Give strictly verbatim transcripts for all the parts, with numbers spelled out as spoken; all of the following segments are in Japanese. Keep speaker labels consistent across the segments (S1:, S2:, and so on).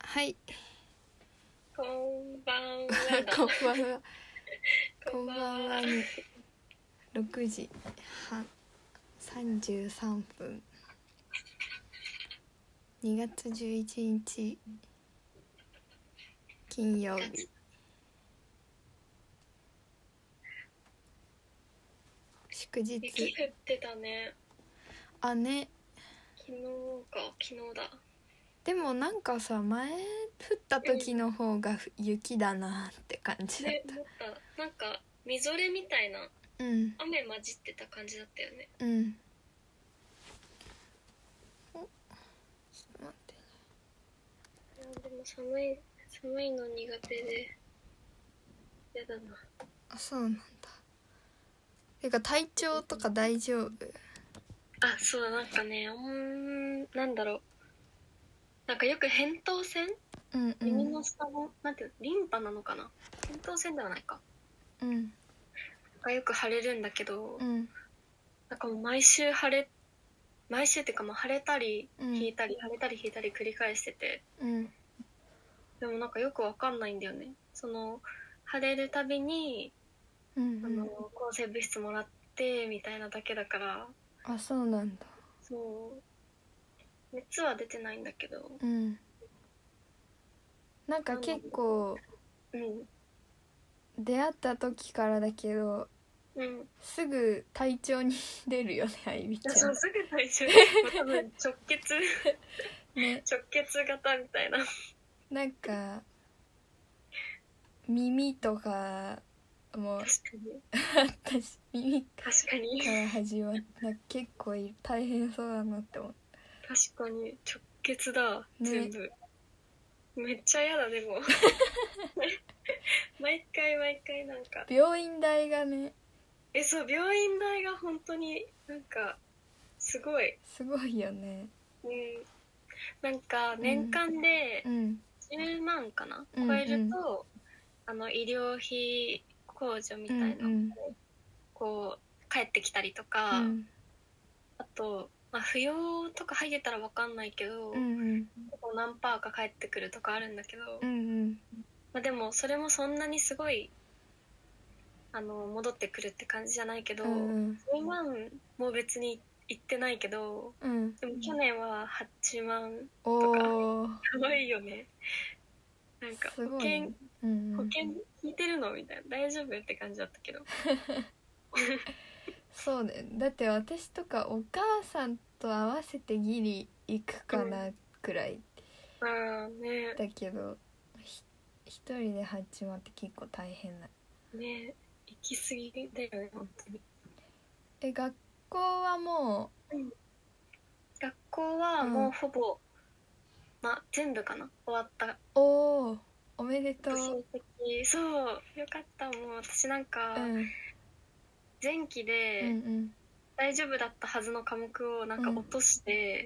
S1: はい。
S2: こんばんはだ。
S1: こんばんは。こんばんはにろくじはんさんじゅうさんぷん。にがつじゅういちにち金曜日。祝日。
S2: 雪降ってたね。
S1: あね。
S2: 昨日か昨日だ。
S1: でもなんかさ、前降った時の方が雪だなって感じだった。
S2: ね、思った。なんかみぞれみたいな、
S1: うん、
S2: 雨混じってた感じだったよね。
S1: うん。お、ちょっと待ってね。
S2: いやでも寒い寒いの苦手でやだな。
S1: あ、そうなんだ。てか体調とか大丈夫？
S2: あ、そうだ、なんかね、うーん、なんだろう。なんかよく扁桃腺、
S1: うんうん、
S2: 耳の下のなんていうの、リンパなのかな。扁桃腺ではないか。
S1: うん。
S2: がよく腫れるんだけど、
S1: うん。
S2: なんかもう毎週腫れ毎週っていうかもう腫れたり
S1: うん
S2: 引いたり、腫れたり引いたり繰り返してて、
S1: うん。
S2: でもなんかよくわかんないんだよね。その腫れるたびに、
S1: うんうん、
S2: あの抗生物質もらってみたいなだけだから。
S1: あ、そうなんだ。
S2: そう熱は出てないんだけど、
S1: うん。なんか結構、
S2: うん、
S1: 出会った時からだけど、
S2: うん、
S1: すぐ体調に出るよね、あいみちゃん。
S2: そう、すぐ体調多分直結
S1: ね、
S2: 直結型みたいな。
S1: なんか耳とかも
S2: 確かに
S1: 私耳
S2: 確かに
S1: から始まった結構大変そうだなって思った。
S2: 確かに直結だ、
S1: ね、
S2: 全部。めっちゃ嫌だ。でも毎回毎回なんか
S1: 病院代がね、
S2: えそう病院代が本当になんかすごい
S1: すごいよね。
S2: うん、なんか年間でじゅうまんかな、
S1: うん、
S2: 超えると、うん、あの医療費控除みたいな、うんうん、こう返ってきたりとか、うん、あと、まあ、扶養とか入ってたら分かんないけど、うんうん、何パーか返ってくるとかあるんだけど、うんうん、まあ、でもそれもそんなにすごいあの戻ってくるって感じじゃないけど、うん、じゅうまんも別にいってないけど、うん、でも去年ははちまんとか、すごいよね。なんか保険、うんうん、保険聞いてるのみたいな、大丈夫って感じだったけど
S1: そうね、だって私とかお母さんと合わせてギリ行くかなくらい、
S2: うん、あ、ね、
S1: だけど一人ではちまんって結構大変な
S2: ね。行き過ぎだよね本当に。
S1: え、学校はもう、うん、
S2: 学校はもうほぼ、うん、まあ全部かな、終わった。
S1: おー、おめでとう。
S2: 成績、そうよかった。もう私なんか、うん、前期で大丈夫だったはずの科目をなんか落として、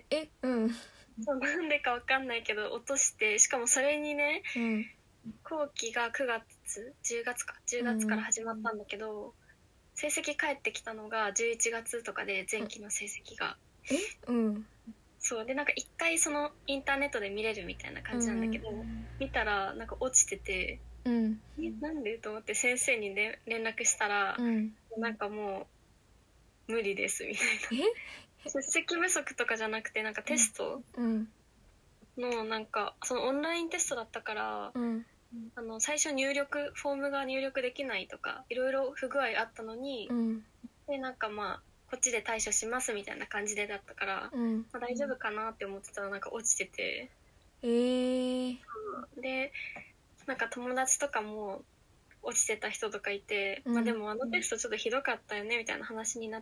S1: うん、え、うん、
S2: そうなんでか分かんないけど落として、しかもそれにね、うん、後期がくがつじゅうがつかじゅうがつから始まったんだけど、うん、成績返ってきたのがじゅういちがつとかで、前期の成績が、うん、え、うん、そうでなんか一回そのインターネットで見れるみたいな感じなんだけど、うん、見たらなんか落ちてて、うん、えなんでと思って先生に、ね、連絡したら、うん、なんかもう無理ですみたいな。出席不足とかじゃなくて、なんかテストのなんかそのオンラインテストだったから、うん、あの最初入力フォームが入力できないとかいろいろ不具合あったのに、うん、でなんかまあこっちで対処しますみたいな感じでだったから、うんまあ、大丈夫かなって思ってたらなんか落ちてて、えー、でなんか友達とかも落ちてた人とかいて、うんまあ、でもあのテストちょっとひどかったよねみたいな話になって、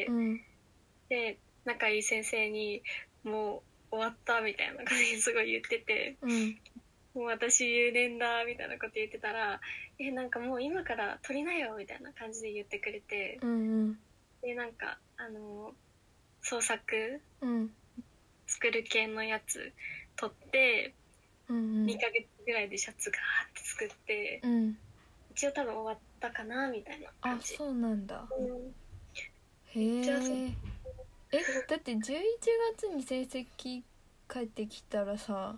S2: うん、で仲いい先生にもう終わったみたいな感じですごい言ってて、うん、もう私留年だみたいなこと言ってたら、えなんかもう今から取りなよみたいな感じで言ってくれて、うんうん、でなんかあの創作、うん、作る系のやつ取って、うんうん、にかげつぐらいでシャツガーって作って、うん、一応多分終わったかなみたいな感じ。
S1: あ、そうなんだ、うん、へえ。え、だってじゅういちがつに成績返ってきたらさ、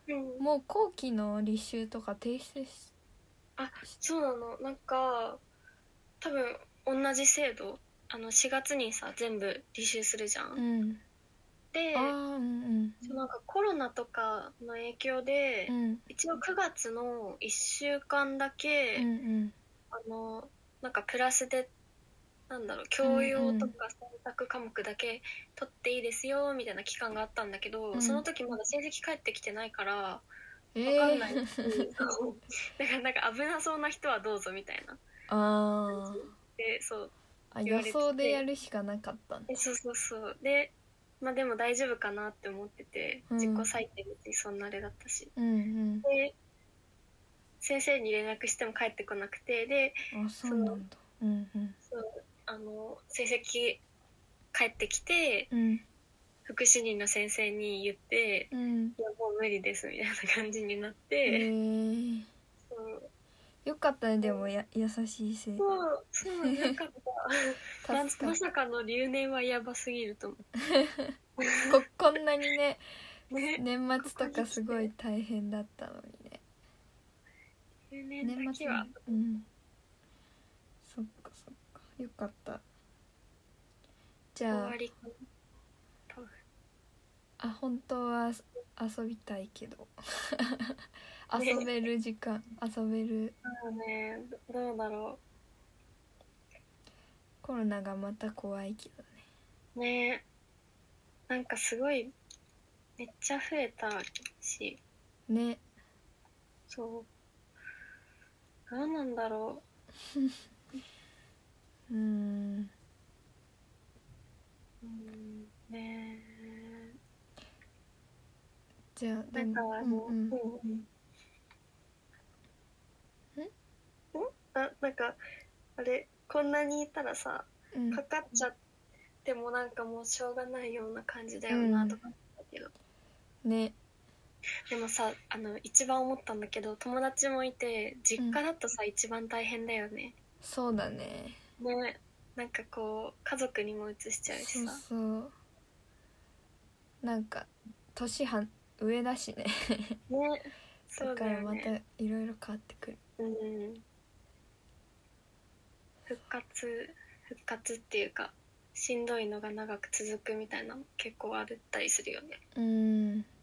S2: うん、
S1: もう後期の履修とか提出し
S2: あ、そうなの。なんか多分同じ制度、あのしがつにさ全部履修するじゃん、
S1: うん、
S2: で、
S1: あーうん
S2: そうなんかコロナとかの影響で、
S1: うんうん
S2: 一応くがつのいっしゅうかんだけ、
S1: うんうん
S2: あのなんかプラスで、なんだろう、教
S1: うん
S2: 養とか選択科目だけ取っていいですよみたいな期間があったんだけど、
S1: うん
S2: その時まだ成績返ってきてないから
S1: え
S2: 分かんないし、
S1: ー、
S2: そうだからなんか危なそうな人はどうぞみたいな感じ
S1: あ
S2: で、そう
S1: ーあ予
S2: 言われて
S1: 想でや
S2: て、
S1: るしかなかったんだ。
S2: えそうそうそうで、まあでも大丈夫かなって思ってて、
S1: うん
S2: 自己採点別にそんなあれだったし、
S1: うん
S2: で先生に連絡しても帰ってこなくて、で
S1: うんあそう
S2: その
S1: なんだうんうん
S2: そうあの成績帰ってきて
S1: うん
S2: 副主任の先生に言って
S1: うん
S2: 「いやもう無理です」みたいな感じになっ
S1: え
S2: て、
S1: ー、
S2: そう
S1: よかったねでもや優しいせい
S2: そうそうよかったま
S1: 助かっ
S2: まさかの留年はやばすぎると思
S1: ここんなにね
S2: うね。
S1: 年末とかすごい大変だったのにね
S2: 留年だ
S1: 年末に
S2: けは
S1: うんそっかそっかよかったじ
S2: 終
S1: ゃ
S2: わりかな多分。
S1: ああ本当は遊びたいけど遊べる時間遊べる
S2: そうね、どうだろ
S1: コロナがまた怖いけどね
S2: うね。なんかすごいめっちゃ増えたし、
S1: ね
S2: そうどうなんだろ
S1: うーん
S2: う。うんね
S1: じゃあ
S2: え、なんかあの、
S1: うんうん
S2: うんあ、なんかあれ、こんなにいたらさ
S1: うん
S2: かかっちゃってもなんかもうしょうがないような感じだよなとか思ったけど、
S1: ね
S2: でもさ、あの一番思ったんだけど、友達もいて実家だとさ、一番大変だよね。
S1: そうだね
S2: ね、なんかこう家族にも移しちゃうし
S1: そう
S2: さ。
S1: そうなんか年は上だしね
S2: ね、そ
S1: だ
S2: うだよ
S1: からまた
S2: ね。
S1: いろいろ変わってくる
S2: うん復活復活っていうかしんどいのが長く続くみたいなの結構あったりするよね。
S1: うーん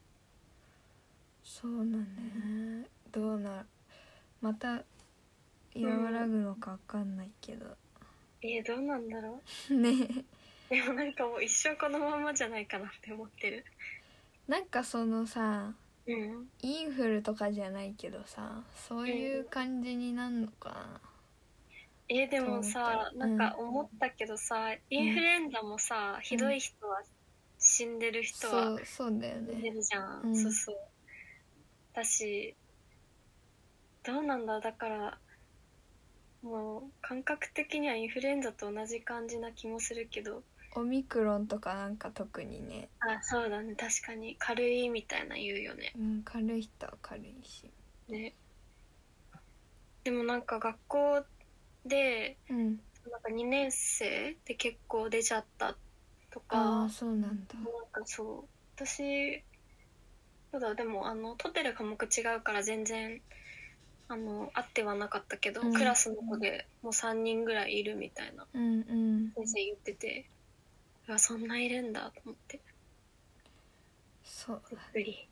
S1: そうだねどうなまた和らぐのか分かんないけど、
S2: えー、どうなんだろ
S1: ね
S2: う。でもなんかもう一生このままじゃないかなって思ってる。
S1: なんかそのさ
S2: うん
S1: インフルとかじゃないけどさそういう感じになるのかな、
S2: えー、でもさ、
S1: うん
S2: なんか思ったけどさ、インフルエンザもさ、ひどい人は死んでる人は
S1: そうそうだよ
S2: 死んで
S1: ね
S2: るじゃん、
S1: うん
S2: そうそうだし、どうなんだ、だからもう感覚的にはインフルエンザと同じ感じな気もするけど、
S1: オミクロンとかなんか特にね、
S2: あ、そうだね、確かに軽いみたいな言うよね。
S1: うん、軽い人は軽いし
S2: ね、でもなんか学校で
S1: うん
S2: なんかにねん生で結構出ちゃったとか、
S1: ああそうなんだ
S2: なんかそう私そうだ、でもあの取ってる科目違うから全然あの合ってはなかったけど、
S1: うん
S2: クラスの子でもうさんにんぐらいいるみたいな
S1: うんうん
S2: 先生言ってて、うわそんないるんだと思って、
S1: そう
S2: びっくり。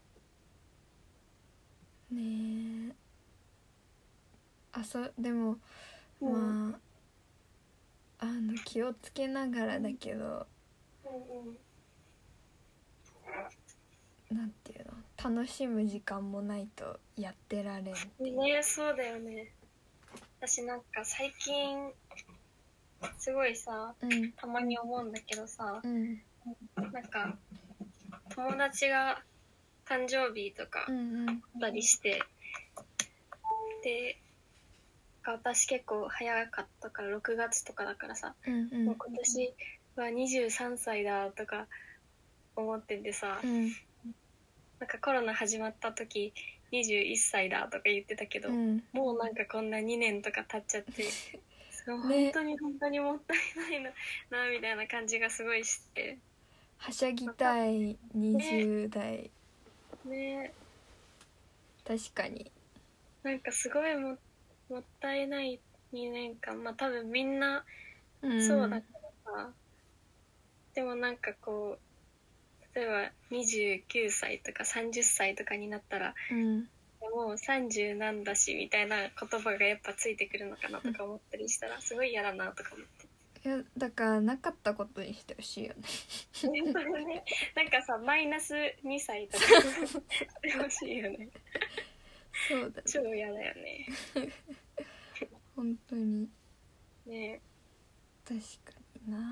S1: だねあそうでも、
S2: うん、
S1: まああの気をつけながらだけど
S2: うん
S1: なんていうの楽しむ時間もないとやってられん
S2: うんね、そうだよね。私なんか最近すごいさ、
S1: うん
S2: たまに思うんだけどさ、
S1: うん
S2: なんか友達が誕生日とか
S1: うんうん
S2: あったりして、で私結構早かったからろくがつとかだからさ、
S1: うんうん
S2: もう今年はにじゅうさんさいだとか思っててさ、
S1: うん
S2: なんかコロナ始まった時にじゅういっさいだとか言ってたけど、
S1: うん
S2: もうなんかこんなにねんとか経っちゃってそう
S1: ね
S2: 本当に本当にもったいないななみたいな感じがすごいして、
S1: はしゃぎたいにじゅう代
S2: ね。
S1: 確かに。
S2: なんかすごい も, もったいないにねんかん。まあ多分みんなそうだからさ、うん、でもなんかこう例えばにじゅうきゅうさいとかさんじゅっさいとかになったら、うん、もうさんじゅうなんだしみたいな言葉がやっぱついてくるのかなとか思ったりしたらすごい嫌だなとか思って。
S1: いやだからなかったことにしてほしいよね。
S2: ね、なんかさマイナスにさいとかしてほしいよね。
S1: そうだね。
S2: 超嫌だよね。
S1: 本当に。
S2: ね。
S1: 確かにな。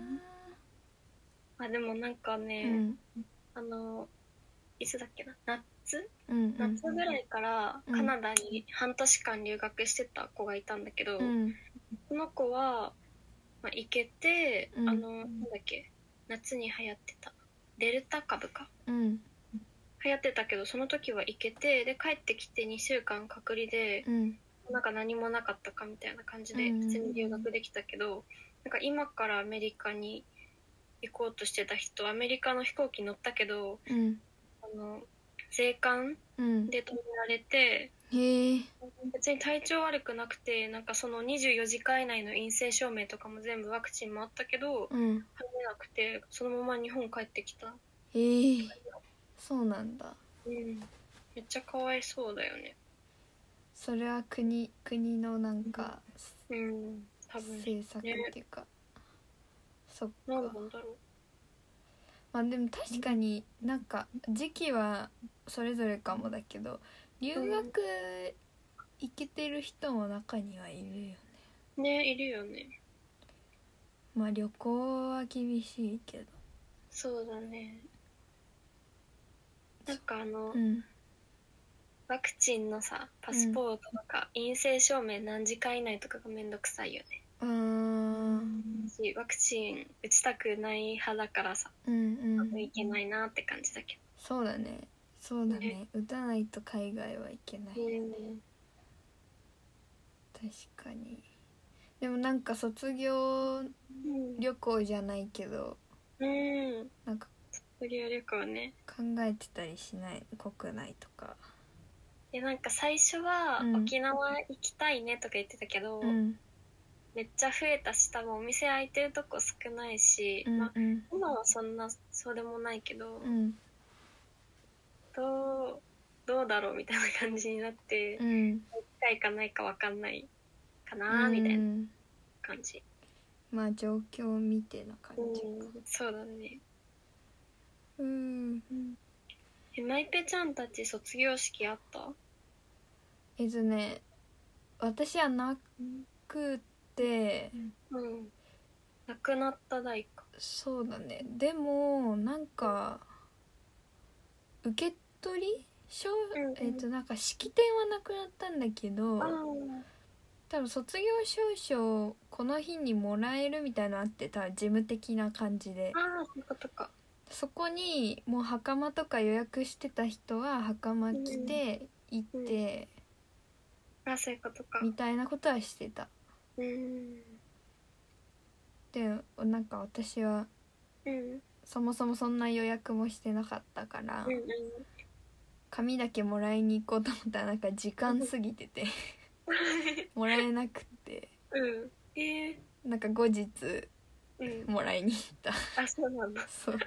S2: あでもなんかね、うん、あのいつだっけな、夏、うんうん、夏ぐらいからカナダに半年間留学してた子がいたんだけど、うん、その子は、まあ、行けて、うん、あのなんだっけ、夏に流行ってたデルタ株か、うん、流行ってたけどその時は行けて、で帰ってきてにしゅうかん隔離で、うん、なんか何もなかったかみたいな感じで普通に留学できたけど、うん、なんか今からアメリカに行こうとしてた人、アメリカの飛行機乗ったけど、うん、あの税関で止められて、うん、へ別に体調悪くなくて、なんかそのにじゅうよじかん以内の陰性証明とかも全部ワクチンもあったけど、うん、入れなくてそのまま日本帰ってきた。
S1: へー、そうなんだ。
S2: うん、めっちゃかわいそうだよね。
S1: それは国国のなんか、
S2: うん、多分
S1: 政策っていうか、ね、そっか。
S2: なんなんだろう。
S1: まあでも確かになんか時期はそれぞれかもだけど、留学行けてる人も中にはいるよね。
S2: ね、いるよね。
S1: まあ旅行は厳しいけど。
S2: そうだね。なんかあの、うん、ワクチンのさパスポートとか、うん、陰性証明何時間以内とかがめんどくさいよね。うーん、ワクチン打ちたくない派だからさ、うんうん、いけないなって感じだけど。
S1: そうだね、そうだね、ね、打たないと海外はいけない、うん、確かに。でもなんか卒業旅行じゃないけど、うん、なんか
S2: 卒業旅行ね
S1: 考えてたりしない？国内とか。
S2: いやなんか最初は沖縄行きたいねとか言ってたけど、うん、めっちゃ増えたし、多分お店開いてるとこ少ないし、うんうん、まあ、今はそんなそうでもないけど、うん、どうどうだろうみたいな感じになって、うん、行きたいかないか分かんないかなみたいな感じ。
S1: まあ状況を見てな感じか、
S2: うん、そうだね。
S1: うん。
S2: え、マイペちゃんたち卒業式あった？
S1: えっとね、私はなくて、
S2: うん、なくなった代か。
S1: そうだね。でもなんか受け取り証、うんうん、えっとなんか式典はなくなったんだけど、多分卒業証書この日にもらえるみたいなのあって、多分事務的な感じで、
S2: ああそういうことか。
S1: そこにもう袴とか予約してた人は袴着て行って、
S2: うんうん、あそういうことか
S1: みたいなことはしてた。うん、でなんか私は、うん、そもそもそんな予約もしてなかったから、うんうん、紙だけもらいに行こうと思ったらなんか時間過ぎててもらえなくて、
S2: うんえ
S1: ー、なんか後日、うん、もらいに行った。
S2: あそうなんだ。
S1: そう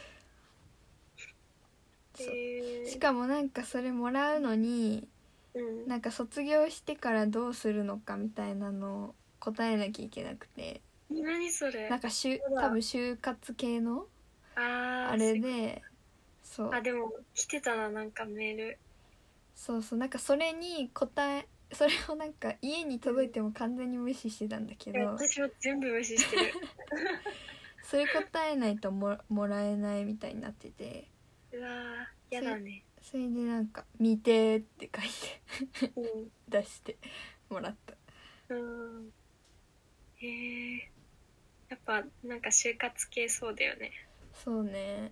S1: そう、えー、しかもなんかそれもらうのに、うん、なんか卒業してからどうするのかみたいなのを答えなきゃいけなくて。
S2: 何それ。
S1: なんかしゅ多分就活系の あ, あれで、
S2: そうあでも来てたな、なんかメール。
S1: そうそう、なんかそれに答え、それをなんか家に届いても完全に無視してたんだけど、うん、
S2: 私も全部無視してる
S1: それ答えないと も, もらえないみたいになってて、
S2: うわーやだね。
S1: それでなんか見てって書いて、うん、出してもらった。
S2: うんへえやっぱなんか就活系そうだよね。
S1: そうね、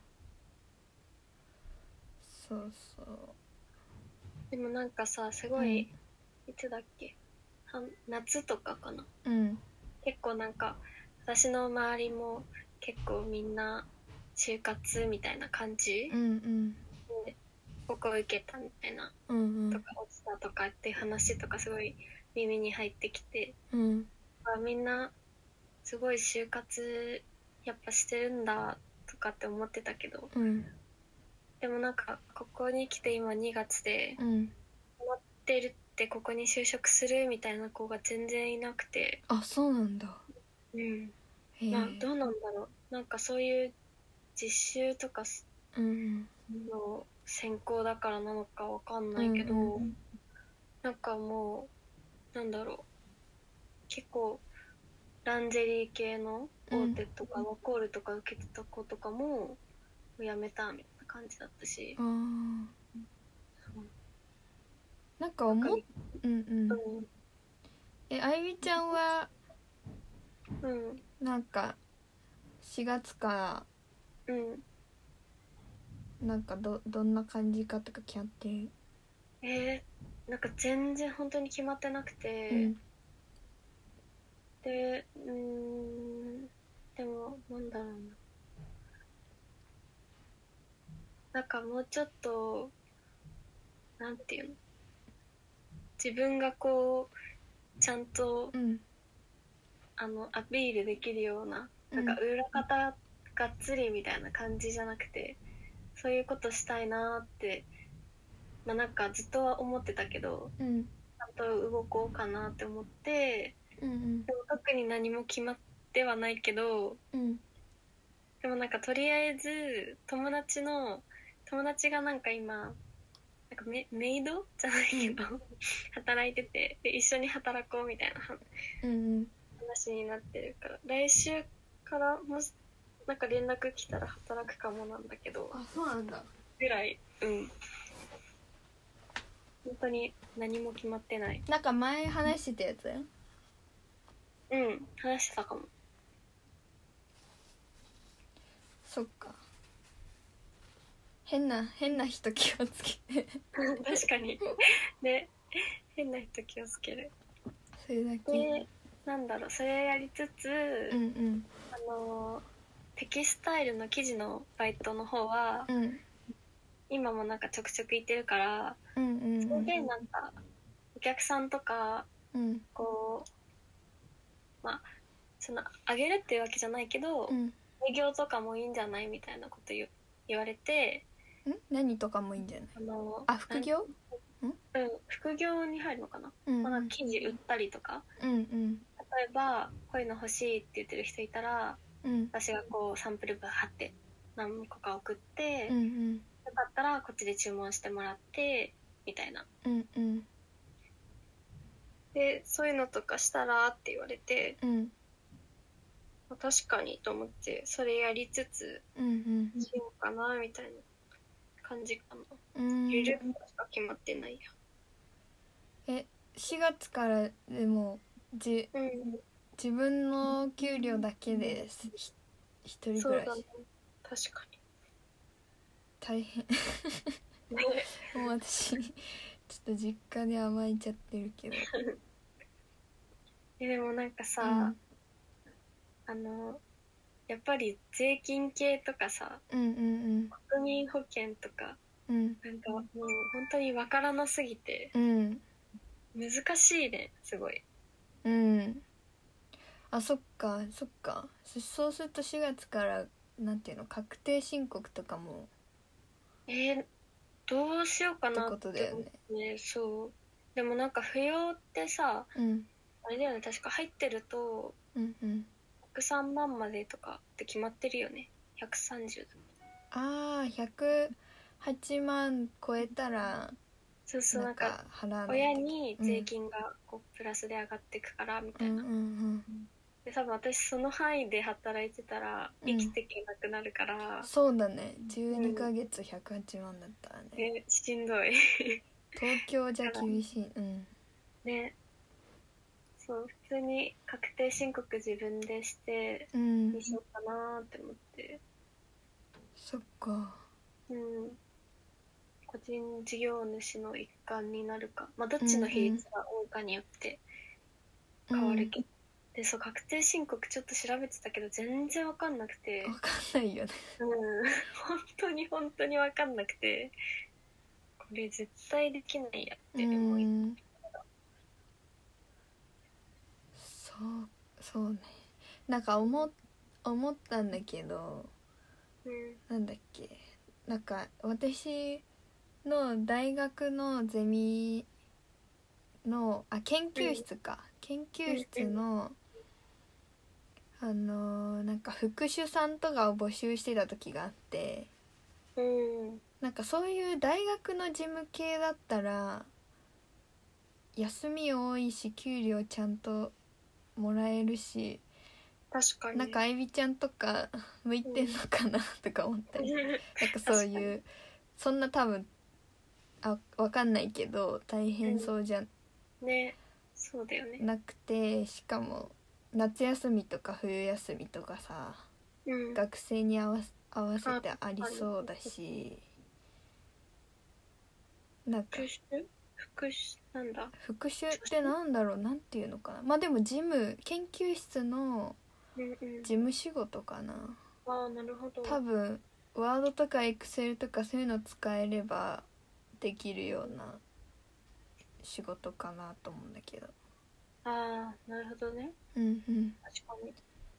S1: そうそう。
S2: でもなんかさすごい、うん、いつだっけ、夏とかかな、うん、結構なんか私の周りも結構みんな就活みたいな感じ、うんうん、でここ受けたみたいな、
S1: うんうん、
S2: とか落ちたとかっていう話とかすごい耳に入ってきて、
S1: うん、
S2: みんなすごい就活やっぱしてるんだとかって思ってたけど、
S1: うん、
S2: でもなんかここに来て今にがつで、
S1: うん、
S2: 思ってるってここに就職するみたいな子が全然いなくて。
S1: あ、そうなんだ。
S2: うん。まあどうなんだろう、なんかそういう実習とかの専攻だからなのかわかんないけど、うんうん、なんかもうなんだろう、結構ランジェリー系の大手とか、うん、ワコールとか受けてた子とかももう辞めたみたいな感じだったし、あ、うん、
S1: なんか思っうんうん、うん、え、あゆみちゃんは、うん、なんかしがつからなんか ど, どんな感じかとか決まってる？
S2: えー、なんか全然本当に決まってなくて、うん、でうーんでもなんだろうな、なんかもうちょっとなんていうの、自分がこうちゃんと、うん、あのアピールできるような、なんか裏方がっつりみたいな感じじゃなくて、そういうことしたいなって、まあなんかずっとは思ってたけど、うん、ちゃんと動こうかなって思って、うんうん、でも特に何も決まってはないけど、うん、でもなんかとりあえず友達の友達がなんか今なんか メ, メイドじゃないけど、うん、働いてて、で一緒に働こうみたいな、うんうん、話になってるから、来週からもしなんか連絡来たら働くかもなんだけど。
S1: あ、そうなんだ。
S2: ぐらい、うん。本当に何も決まってない。
S1: なんか前話してたやつ？
S2: うん、話してたかも。
S1: そっか。変な変な人気をつけて
S2: 確かにね、変な人気をつける。
S1: それだけ
S2: で、なんだろう、それやりつつ、うんうん、あのテキスタイルの生地のバイトの方は、うん、今もなんかちょくちょく行ってるから、うんうんうん、それでなんかお客さんとか、うん、こうまあそのあげるっていうわけじゃないけど、うん、営業とかもいいんじゃないみたいなこと言言われて、
S1: ん何とかもいいんじゃない？あのあ副業？
S2: うん、副業に入るのかな、うんうん、まあ、なんか生地売ったりとか、うんうん、例えばこういうの欲しいって言ってる人いたら、うん、私がこうサンプル分貼って何個か送って、うんうん、よかったらこっちで注文してもらってみたいな、うんうん、でそういうのとかしたらって言われて、うん、まあ、確かにと思ってそれやりつつしようかなみたいな感じかな。うん、ゆるくしか決まってない
S1: や。えしがつからでもじ、うん、自分の給料だけで一人暮らし。そうだね、
S2: 確かに
S1: 大変もう私ちょっと実家で甘えちゃってるけど
S2: えでもなんかさ、うん、あのやっぱり税金系とかさ、うんうんうん、国民保険とか、うん、なんかもう本当にわからなすぎて、うん、難しいねすごい。
S1: うん。あ、そっかそっか。そうするとしがつからなんていうの、確定申告とかも。
S2: えー、どうしようかなってことだよね。そう。でもなんか扶養ってさ、うん、あれだよね、確か入ってると、うんうん、ひゃくさんまんまでとかって決まってるよね。ひゃくさんじゅう。
S1: ああ、ひゃくはちまん超えたら、
S2: そうそう、なんか親に税金がこうプラスで上がっていくからみたいな、うんうんうん、で多分私その範囲で働いてたら生きていけなくなるから、
S1: うん、そうだね、じゅうにかげつひゃくはちまんだったらね、
S2: ね、しんどい
S1: 東京じゃ厳しい、うん、
S2: ね。そう普通に確定申告自分でしてにしようかなって思って、うん、
S1: そっか、
S2: うん、個人事業主の一環になるか、まあどっちの比率が多いかによって変わるけど、うん、でそう確定申告ちょっと調べてたけど全然わかんなくて、
S1: わかんないよね、
S2: うん、本当に本当にわかんなくて、 れ絶対できないやって思う。うん
S1: そうそうね。なんか思思ったんだけど、うん、なんだっけ、なんか私の大学のゼミのあ研究室か、うん、研究室の、うん、あのなんか副主さんとかを募集してた時があって、うん、なんかそういう大学の事務系だったら休み多いし給料ちゃんともらえるし、
S2: 確かに
S1: なんかあいびちゃんとか向いてんのかな、うん、とか思ったりなんかそういうそんな多分あ分かんないけど大変そうじゃ、
S2: うん、ね、そうだよね。
S1: なくて、しかも夏休みとか冬休みとかさ、うん、学生に合わ、合わせてありそうだし、なんか
S2: 復習なんだ
S1: 復習ってなんだろう、なんていうのかな、まあでも事務研究室の事務仕事かな、
S2: うんうん、あ、なるほど。
S1: 多分ワードとかエクセルとかそういうの使えればできるような仕事かなと思うんだけど。
S2: ああ、なるほどね。
S1: うんうん。
S2: 確かに。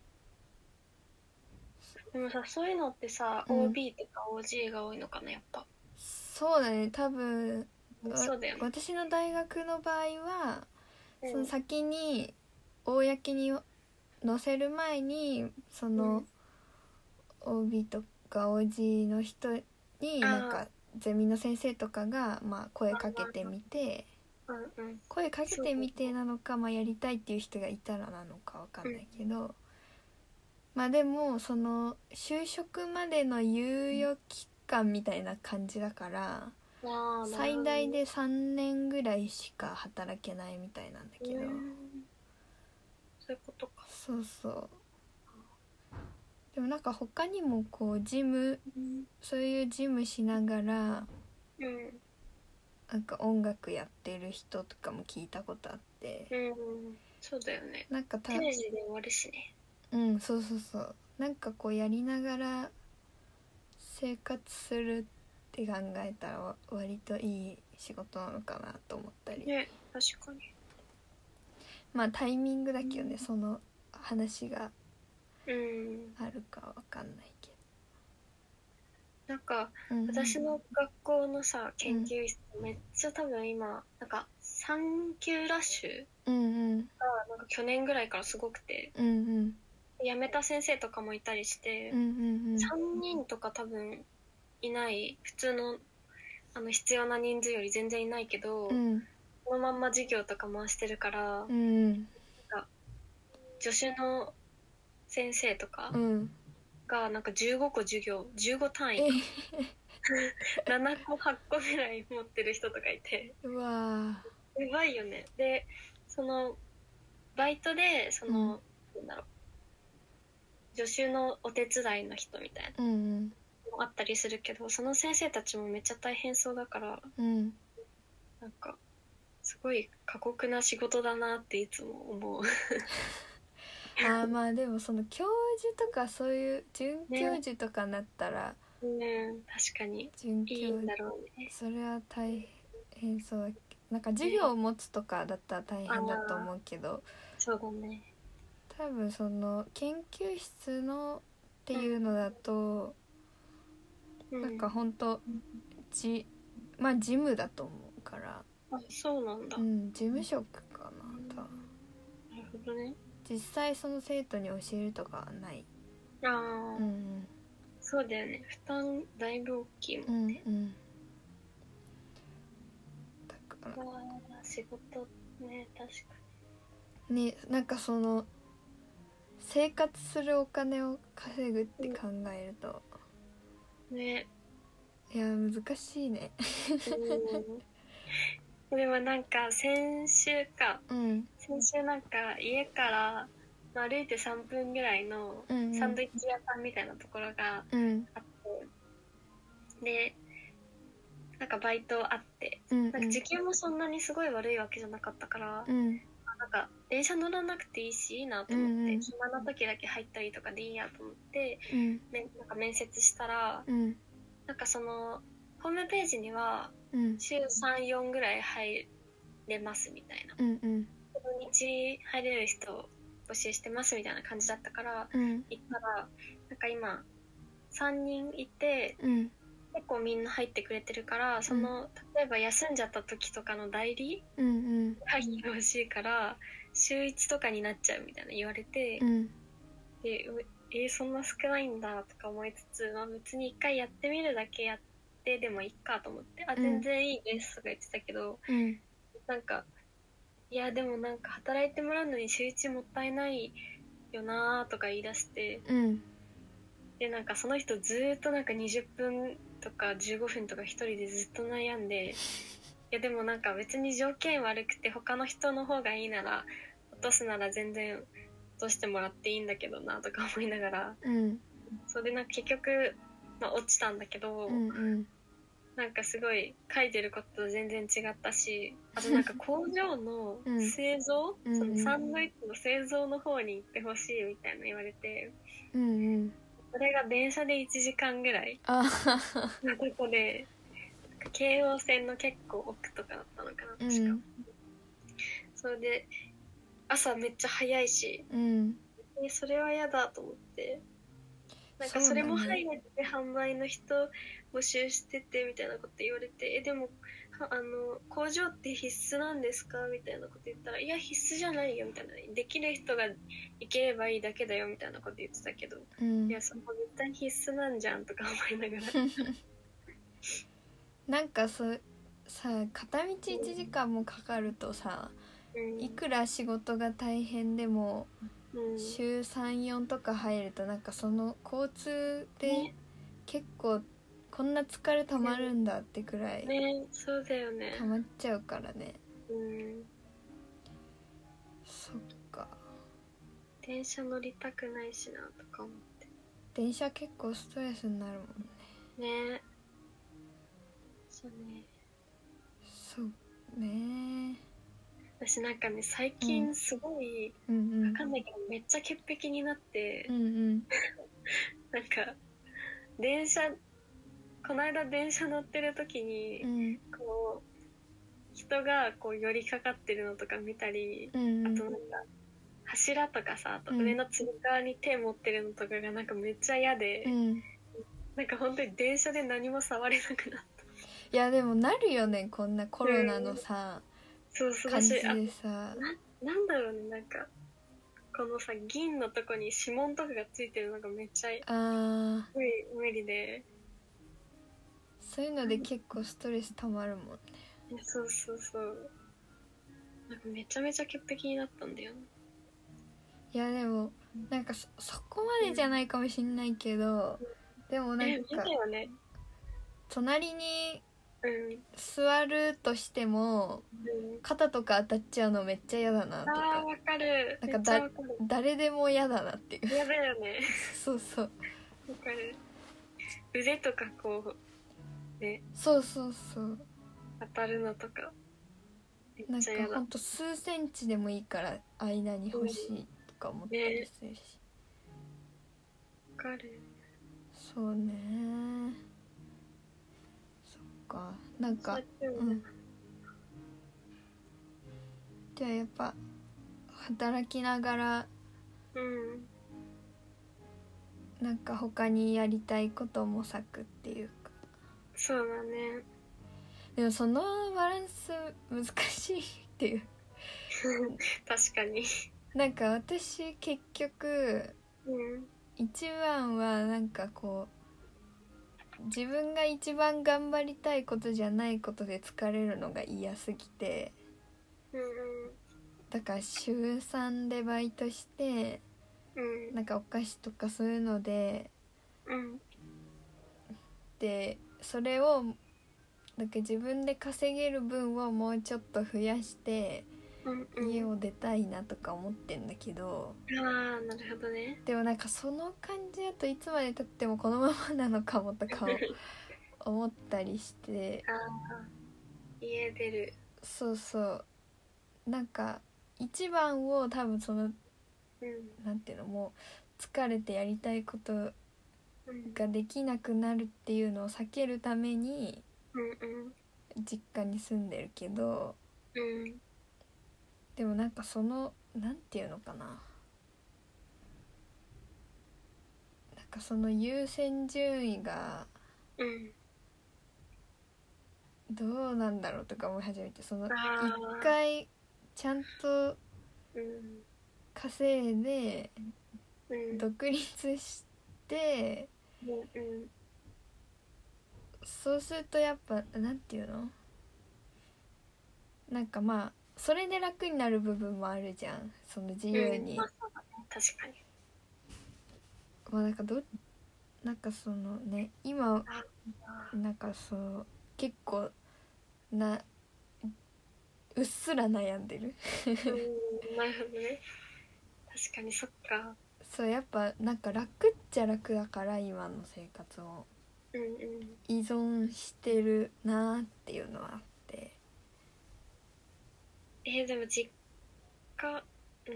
S2: でもさ、そういうのってさ、うん、オービー とか オージー が多いのかな、やっぱ。
S1: そうだね、多分。
S2: そうだよね。
S1: 私の大学の場合は、うん、その先に公に載せる前にその、うん、オービー とか オージー の人になんかゼミの先生とかがまあ声かけてみて、うんうん、声かけてみてなのか、まあ、やりたいっていう人がいたらなのかわかんないけど、うん、まあでもその就職までの猶予期間みたいな感じだから最大でさんねんぐらいしか働けないみたいなんだけど、
S2: そういうことか。
S1: そうそう。でもなんか他にもこうジム、うん、そういうジムしながら、うん、なんか音楽やってる人とかも聞いたことあって、
S2: うん、そうだよね。
S1: なんかた
S2: テレビで終わるしね。
S1: うん、そうそうそう。なんかこうやりながら生活するって考えたら割といい仕事なのかなと思ったり。
S2: ね、確かに。
S1: まあタイミングだけどね、うん、その話が
S2: あ
S1: るかわかんないけど、
S2: うん、なんか、うん、私の学校のさ研究室、うん、めっちゃ多分今なんか産休ラッシュがなんか去年ぐらいからすごくて、うんうん、辞めた先生とかもいたりして、うんうんうん、さんにんとか多分いない普通の、あの必要な人数より全然いないけど、うん、このまんま授業とか回してるから、うん、なんか助手の先生とかがなんかじゅうごこ授業じゅうご単位ななこはっこぐらい持ってる人とかいて、うわーやばいよね。でそのバイトでその、うん、なんだろう、助手のお手伝いの人みたいな、うんうん、もあったりするけど、その先生たちもめっちゃ大変そうだから、うん、なんかすごい過酷な仕事だなっていつも思う
S1: あ、まあでもその教授とかそういう准教授とかなったら、
S2: ね、うん、確かに准教授いいんだろうね。
S1: それは大変そう。なんか授業を持つとかだったら大変だと思うけど、
S2: そうだね、
S1: 多分その研究室のっていうのだと、うん、なんかほんとじまあ事務だと思うから。
S2: あ、そうなんだ。
S1: うん、事務職かな、多分。な
S2: るほどね。
S1: 実際その生徒に教えるとかはない。
S2: ああ、うん、そうだよね。負担だいぶ大きいもんね。うんうん、だから仕事ね、確か
S1: に。ね、なんかその生活するお金を稼ぐって考えると、うん、ね、いや難しいね。
S2: うん、でもなんか先週か、うん、先週なんか家から歩いてさんぷんぐらいのサンドイッチ屋さんみたいなところがあって、うんうん、でなんかバイトあって、うんうん、なんか時給もそんなにすごい悪いわけじゃなかったから、うん、なんか電車乗らなくていいしいいなと思って、うんうん、暇な時だけ入ったりとかでいいやと思って、うん、なんか面接したら、うん、なんかそのホームページには週さん、よんぐらい入れますみたいな、
S1: うんうん、
S2: 土日入れる人を募集してますみたいな感じだったから、
S1: うん、
S2: 行ったらなんか今さんにんいて、
S1: うん、
S2: 結構みんな入ってくれてるから、その、うん、例えば休んじゃった時とかの代理
S1: うんうん、
S2: 入ってほしいから週いちとかになっちゃうみたいな言われて、
S1: うん、
S2: でえー、そんな少ないんだとか思いつつ、まあ、別に一回やってみるだけやってでもいいかと思って、あ、全然いいですとか言ってたけど、
S1: うん、
S2: なんかいやでもなんか働いてもらうのに週いちもったいないよなとか言い出して、
S1: うん、
S2: でなんかその人ずっとなんかにじゅっぷんとかじゅうごふんとか一人でずっと悩んで、いやでもなんか別に条件悪くて他の人の方がいいなら落とすなら全然落としてもらっていいんだけどなとか思いながら、
S1: うん、
S2: それでなんか結局、まあ、落ちたんだけど、
S1: うんうん、
S2: なんかすごい書いてることと全然違ったし、あとなんか工場の製造、うん、そのサンドイッチの製造の方に行ってほしいみたいな言われて、
S1: うんうん、
S2: それが電車でいちじかんぐらい
S1: の
S2: とこで、京王線の結構奥とかだったのかな確か、うん、それで朝めっちゃ早いし、
S1: うん、
S2: えそれは嫌だと思って、なんかそれも入れて販売の人募集しててみたいなこと言われて、えでもあの工場って必須なんですかみたいなこと言ったら、いや必須じゃないよみたいな、できる人が行ければいいだけだよみたいなこと言ってたけど、うん、いやそこ絶対必須なんじゃんとか思いながら
S1: なんかそさ片道いちじかんもかかるとさ、うん、いくら仕事が大変でも、うん、週さん、よんとか入るとなんかその交通で結構こんな疲れたまるんだってくらい
S2: ね、そうだよね、
S1: たまっちゃうからね、
S2: うん、
S1: そっか、
S2: 電車乗りたくないしなとか思って、
S1: 電車結構ストレスになるもん
S2: ね。ね、そうね、
S1: そうね。
S2: 私なんかね最近すごい、うん、わかんないけどめっちゃ潔癖になって、
S1: うんうん、なん
S2: か電車この間電車乗ってる時に、うん、こう人がこう寄りかかってるのとか見たり、うんうん、あとなんか柱とかさ、あと上のつり革に手持ってるのとかがなんかめっちゃ嫌で、うん、なんか本当に電車で何も触れなくなった。
S1: いやでもなるよね、こんなコロナのさ、
S2: うん、そうそう、
S1: 感じでさ、な、
S2: なんだろうね、なんかこのさ銀のとこに指紋とかがついてるのがめっちゃあ無理無理で、
S1: そういうので結構ストレスたまるもんね。
S2: そうそうそう、なんかめちゃめちゃ潔癖になったんだよね。
S1: いやでもなんか そ, そこまでじゃないかもしんないけど、うん、でもなんか、
S2: ね、
S1: 隣に座るとしても、うん、肩とか当たっちゃうのめっちゃ嫌だなとか。
S2: あーわかる、
S1: なんかだ誰でも嫌だなっていう。
S2: 嫌だよね
S1: そうそう、わ
S2: かる、腕とかこうね、
S1: そうそうそう、
S2: 当たるのとかめっちゃ嫌だ。
S1: なんかほんと数センチでもいいから間に欲しいとか思ったりするし、
S2: わかる、
S1: そうね、そっか、なんか、うん、じゃあやっぱ働きながら、うん、なんか他にやりたいことを模索っていうか。
S2: そうだね。
S1: でもそのバランス難しいっていう
S2: 確かに。
S1: なんか私結局、うん、一番はなんかこう自分が一番頑張りたいことじゃないことで疲れるのが嫌すぎて、うんうん、だから週さんでバイトして、うん、なんかお菓子とかそういうので、うん、でそれをなんか自分で稼げる分をもうちょっと増やして、うんうん、家を出たいなとか思ってんだけど、
S2: ああなるほどね。
S1: でもなんかその感じだといつまで経ってもこのままなのかもとか思ったりして
S2: あ家出る、
S1: そうそう、なんか一番を多分その、うん、なんていうの、もう疲れてやりたいことができなくなるっていうのを避けるために、 実家に住んでるけど、
S2: うん、
S1: でもなんかそのなんていうのかな、なんかその優先順位がどうなんだろうとか思い始めて、その一回ちゃんと稼いで独立して、うんうん、そうするとやっぱなんていうの、なんかまあそれで楽になる部分もあるじゃん、その自由に、うん、まあそうだね、
S2: 確かに。
S1: まあなんかどなんかそのね、今なんかそう結構なうっすら悩んでる
S2: うん、なるほどね、確かに。そっか。
S1: そうやっぱなんか楽っちゃ楽だから、今の生活を依存してるなっていうのはあって、
S2: えー、でも実家、うん、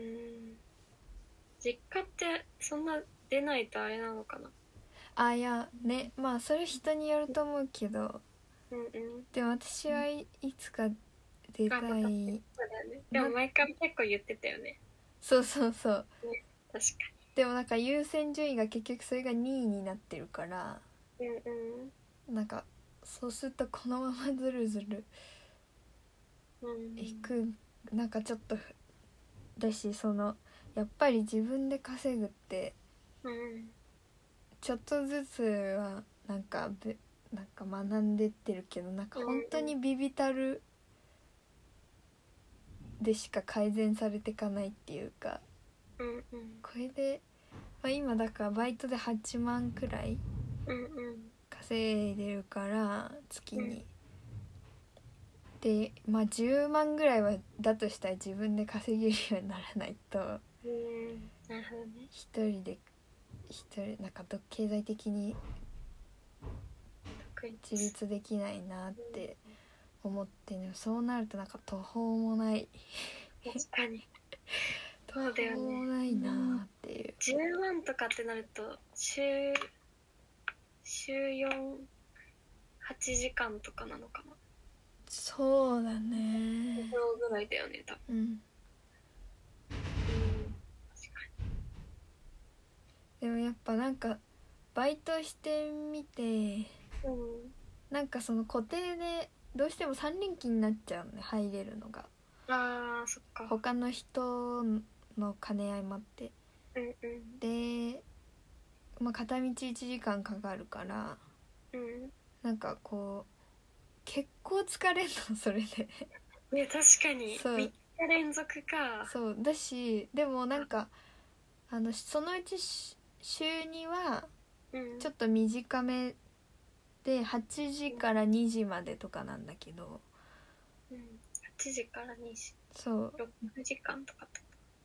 S2: 実家ってそんな出ないとあれなのかな。
S1: あ、いやね、まあそれ人によると思うけど、うんうん、でも私はいつか出たい、そうだよね、
S2: でも前から結構言ってたよね。
S1: そうそうそう、
S2: ね、確かに。
S1: でもなんか優先順位が結局それがにいになってるから、うんうん、なんかそうするとこのままずるずるいく、うん、なんかちょっとだし、そのやっぱり自分で稼ぐって、うん、ちょっとずつはなんかなんか学んでってるけど、なんか本当にビビたるでしか改善されていかないっていうか、うんうん、これで、まあ、今だからバイトではちまんくらい稼いでるから月に、うん、でまあじゅうまんぐらいはだとしたら自分で稼げるようにならないと、うん、なるほどね、一人で一人なんか経済的に自立できないなって思ってね、そうなるとなんか途方もない
S2: 確かに
S1: そうだよね、途方もないなっていう、
S2: じゅうまんとかってなると週週よん、はちじかんとかなのかな。
S1: そうだね、
S2: そうぐらいだよね多分、うん、うん、
S1: 確かに。でもやっぱなんかバイトしてみて、うん、なんかその固定でどうしてもさん連勤になっちゃうのね、入れるのが。
S2: あーそっか。
S1: 他の人の兼ね合いもあって、うんうん、で、まあ、片道いちじかんかかるから、うん、なんかこう結構疲れんのそれで
S2: ね、確かにみっか連続か。
S1: そうだし、でもなんかあのそのうち週にはちょっと短めではちじからにじまでとかなんだけど、
S2: うん、はちじからにじ、
S1: そう
S2: ろくじかんとかって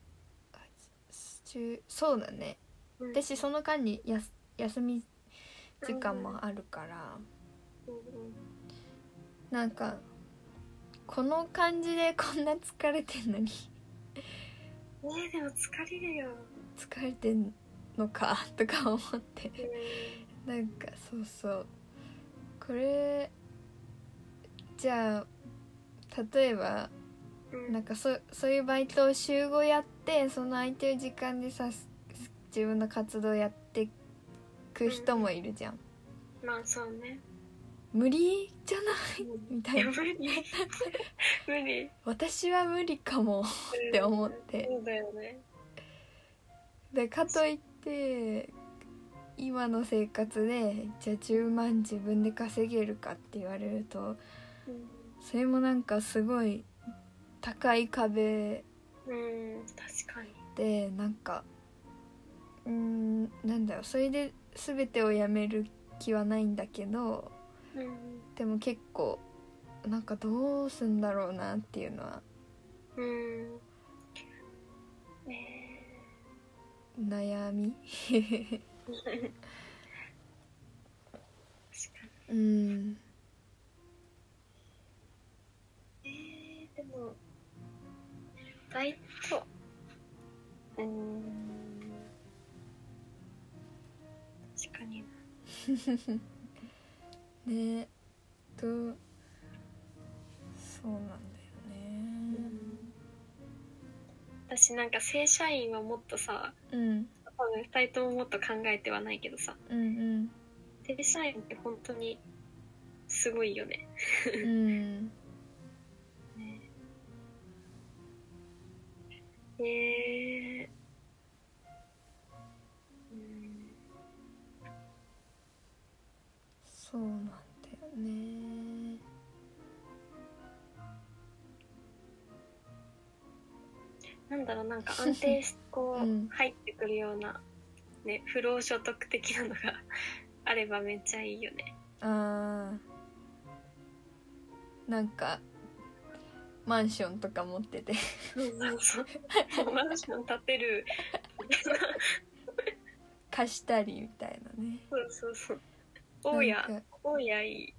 S1: そうだね、うん、私その間にやす休み時間もあるから、うんうん、なんかこの感じでこんな疲れてんのに
S2: ね、でも疲れるよ、
S1: 疲れてんのかとか思って、うん、なんかそうそうこれじゃあ例えば、うん、なんか そ, そういうバイトを週ごやって、その空いてる時間でさ自分の活動やってく人もいるじゃん、
S2: うん、まあそうね、
S1: 無理じゃない、うん、みたいな
S2: 無理無理
S1: 私は無理かもって思って、
S2: そうだよね。
S1: でかといって今の生活でじゃあじゅうまん自分で稼げるかって言われると、うん、それもなんかすごい高い壁、
S2: うん、確かに。
S1: でなんかうーんなんだろう、それで全てをやめる気はないんだけど、うん、でも結構なんかどうすんだろうなっていうのは、うん、えー、悩みうん、
S2: えー、でもバイト、うーん、確かに
S1: ね、 そうなんだよね、
S2: うん、私なんか正社員はもっとさ、うん、多分ふたりとももっと考えてはないけどさ、うんうん、正社員って本当にすごいよねうんねえーうん、
S1: そうなんだよね。
S2: なんだろう、なんか安定してこう、うん、入ってくるような、ね、不労所得的なのがあればめっちゃいいよね。
S1: あー、なんかマンションとか持ってて
S2: そうそうそうマンション建てる
S1: 貸したりみたいなね。
S2: そうそうそう大家大家いい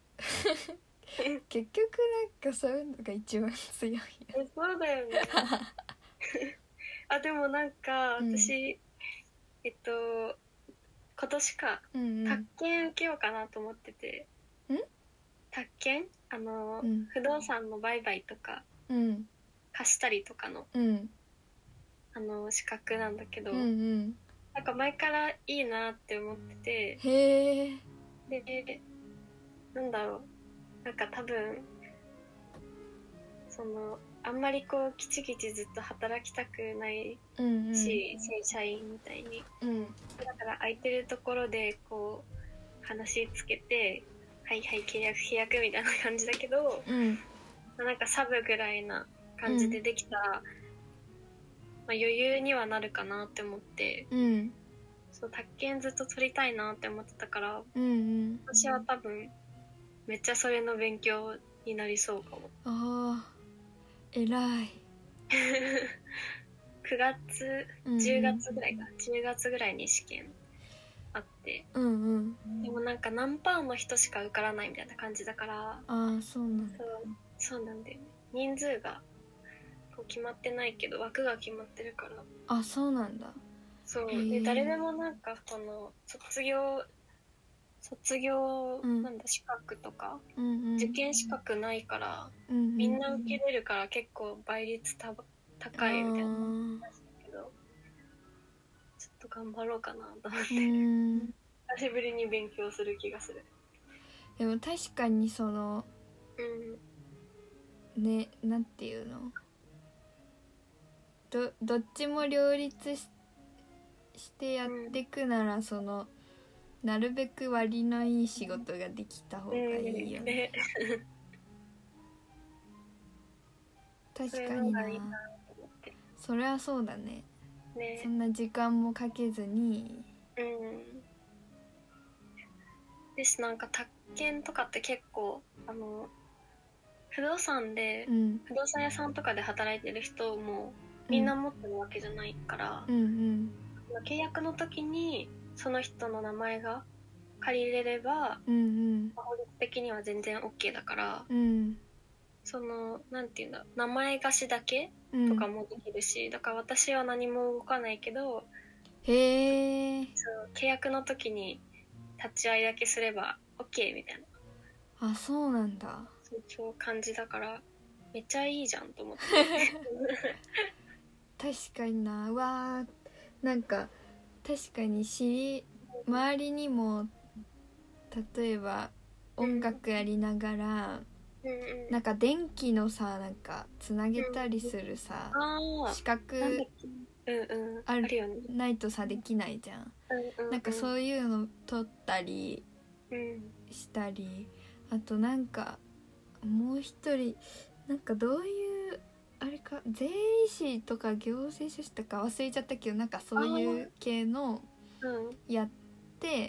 S1: 結局なんかそういうのが一番強いよ。
S2: そうだよねあでもなんか私、うん、えっと今年か、うんうん、宅建受けようかなと思ってて。ん宅建あの、うん、不動産の売買とか、うん、貸したりとかの、うん、あの資格なんだけど、うんうん、なんか前からいいなって思ってて、へー。でなんだろう、なんか多分そのあんまりこうキチキチずっと働きたくないし、うんうん、正社員みたいに、うん、だから空いてるところでこう話つけてはいはい契約契約みたいな感じだけど、うん、なんかサブぐらいな感じでできたら、うん、まあ、余裕にはなるかなって思って、うん、そう宅建ずっと取りたいなって思ってたから、うんうん、私は多分めっちゃそれの勉強になりそうかも。あ
S1: ー、偉い
S2: くがつじゅうがつぐらいか、うん、じゅうがつぐらいに試験あって、うんうん、でもなんか何パーの人しか受からないみたいな感じだから、
S1: ああそうなんだ。
S2: そう、そうなんだよね。人数がこう決まってないけど枠が決まってるから。
S1: あ、そうなんだ。
S2: そうで誰でもなんかこの卒業卒業、うん、なんだ資格とか、うんうん、受験資格ないから、うんうん、みんな受けれるから結構倍率た高いみたいな話だけど、ちょっと頑張ろうかなと思って、うん、久しぶりに勉強する気がする。
S1: でも確かにその、うん、ね、なんていうの、どどっちも両立 し, してやってくなら、うん、そのなるべく割のいい仕事ができた方がいいよね、うん、確かにな。それはそうだ ね, ねそんな時間もかけずに、うん、
S2: ですなんか宅建とかって結構あの不動産で、うん、不動産屋さんとかで働いてる人もみんな持ってるわけじゃないから、うんうん、契約の時にその人の名前が借りれれば、うんうん、法律的には全然 OK だから、うん、そのなんていうんだ、名前貸しだけとかもできるし、うん、だから私は何も動かないけど、へー、そう契約の時に立ち会いだけすれば OK みたい
S1: な。あ、そうなんだ。
S2: そうそう感じだからめっちゃいいじゃんと思って
S1: 確かにな。うわー、なんか確かに知り周りにも例えば音楽やりながら、うんうん、なんか電気のさなんかつなげたりするさ、うん、資格あるよね、ないとさできないじゃん、うんうんうん、なんかそういうの取ったりしたり、あとなんかもう一人なんかどういうあれか税理士とか行政書士とか忘れちゃったけど、なんかそういう系のやって、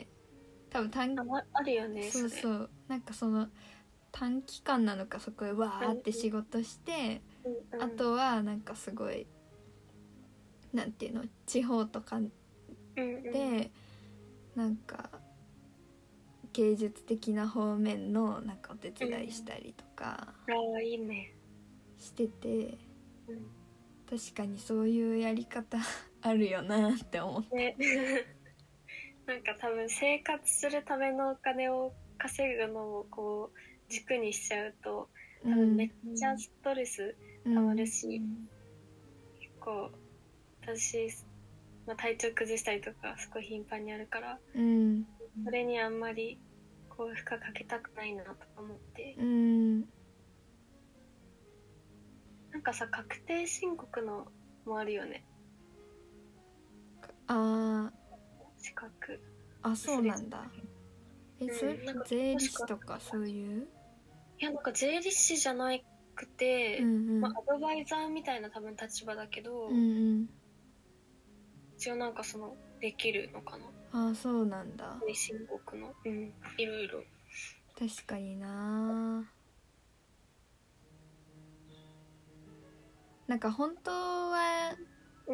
S1: 多分短期
S2: ああるよね。
S1: そうそう、なんかその短期間なのかそこでわーって仕事して、うんうん、あとはなんかすごいなんていうの地方とかで、うんうん、なんか芸術的な方面のなんかお手伝いしたりとかしてて、うん、確かにそういうやり方あるよなって思って、ね、
S2: なんか多分生活するためのお金を稼ぐのもこう軸にしちゃうと多分めっちゃストレスたまるし、うん、結構私、まあ、体調崩したりとかすごい頻繁にあるから、うん、それにあんまりこう負荷かけたくないなとか思って、うん、なんかさ確定申告のもあるよね。
S1: あ
S2: 資格。
S1: あ、そうなんだ。え、それ、うん、税理士とかそういう？
S2: いや、なんか税理士じゃなくて、うんうん、まあ、アドバイザーみたいな多分立場だけど、うんうん、一応なんかそのできるのか
S1: な。あ、そうなんだ。
S2: 申告の、うん、いろいろ。
S1: 確かにな。なんか本当は、うん、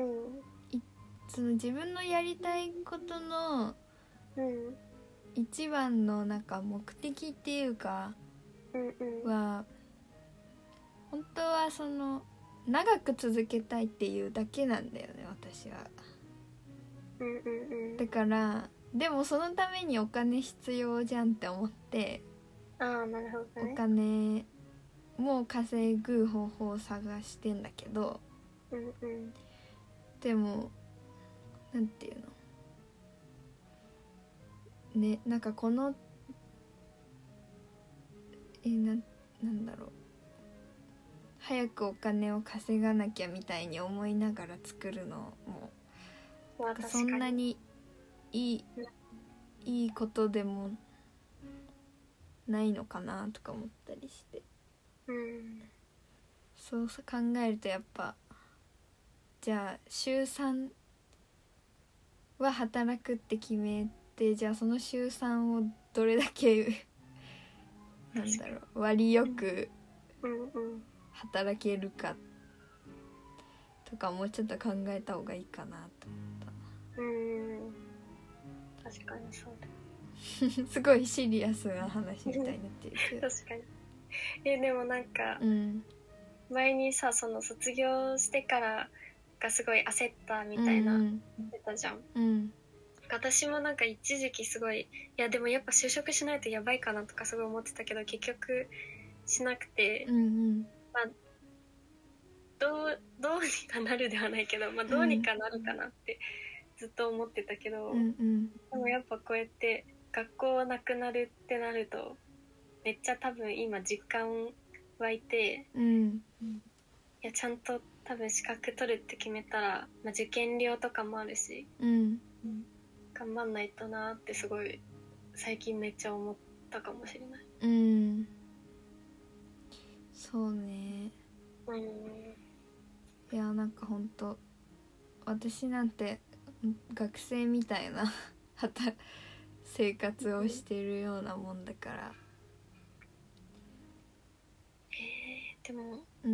S1: その自分のやりたいことの一番のなんか目的っていうかは、本当はその長く続けたいっていうだけなんだよね、私は。だからでもそのためにお金必要じゃんって思って、
S2: あー、なるほどね、
S1: お金も稼ぐ方法を探してんだけど、うんうん、でもなんていうのね、なんかこのえな、なんだろう、早くお金を稼がなきゃみたいに思いながら作るのも、まあ、そんなにいい、いいことでもないのかなとか思ったりして、うん、そう考えるとやっぱじゃあ週さんは働くって決めて、じゃあその週さんをどれだけなんだろう、割よく働けるかとかもうちょっと考えた方がいいかなと思った。
S2: うん、確かにそうだ
S1: すごいシリアスな話みたいになってるけど
S2: 確かに。えでもなんか、うん、前にさその卒業してからがすごい焦ったみたいな言ってたじゃん、うんうん、私もなんか一時期すごい、いやでもやっぱ就職しないとやばいかなとかすごい思ってたけど結局しなくて、うんうん、まあどうどうにかなるではないけど、まあ、どうにかなるかなってずっと思ってたけど、うんうん、でもやっぱこうやって学校なくなるってなるとめっちゃ多分今実感湧いて、うん、いやちゃんと多分資格取るって決めたら、まあ、受験料とかもあるし、うん、頑張んないとなってすごい最近めっちゃ思ったかもしれない。うん、
S1: そうね。うん、いやなんかほんと私なんて学生みたいな生活をしてるようなもんだから。
S2: えー、でも、うん、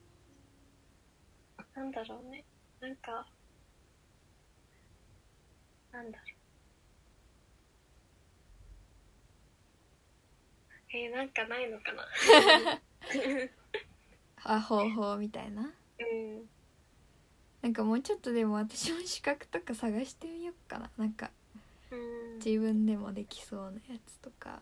S2: なんだろうね、なんかなんだろう、えー、なんかないのかな
S1: あ、方法みたいな。うん。なんかもうちょっとでも私も資格とか探してみようかな。なんか、うん、自分でもできそうなやつとか。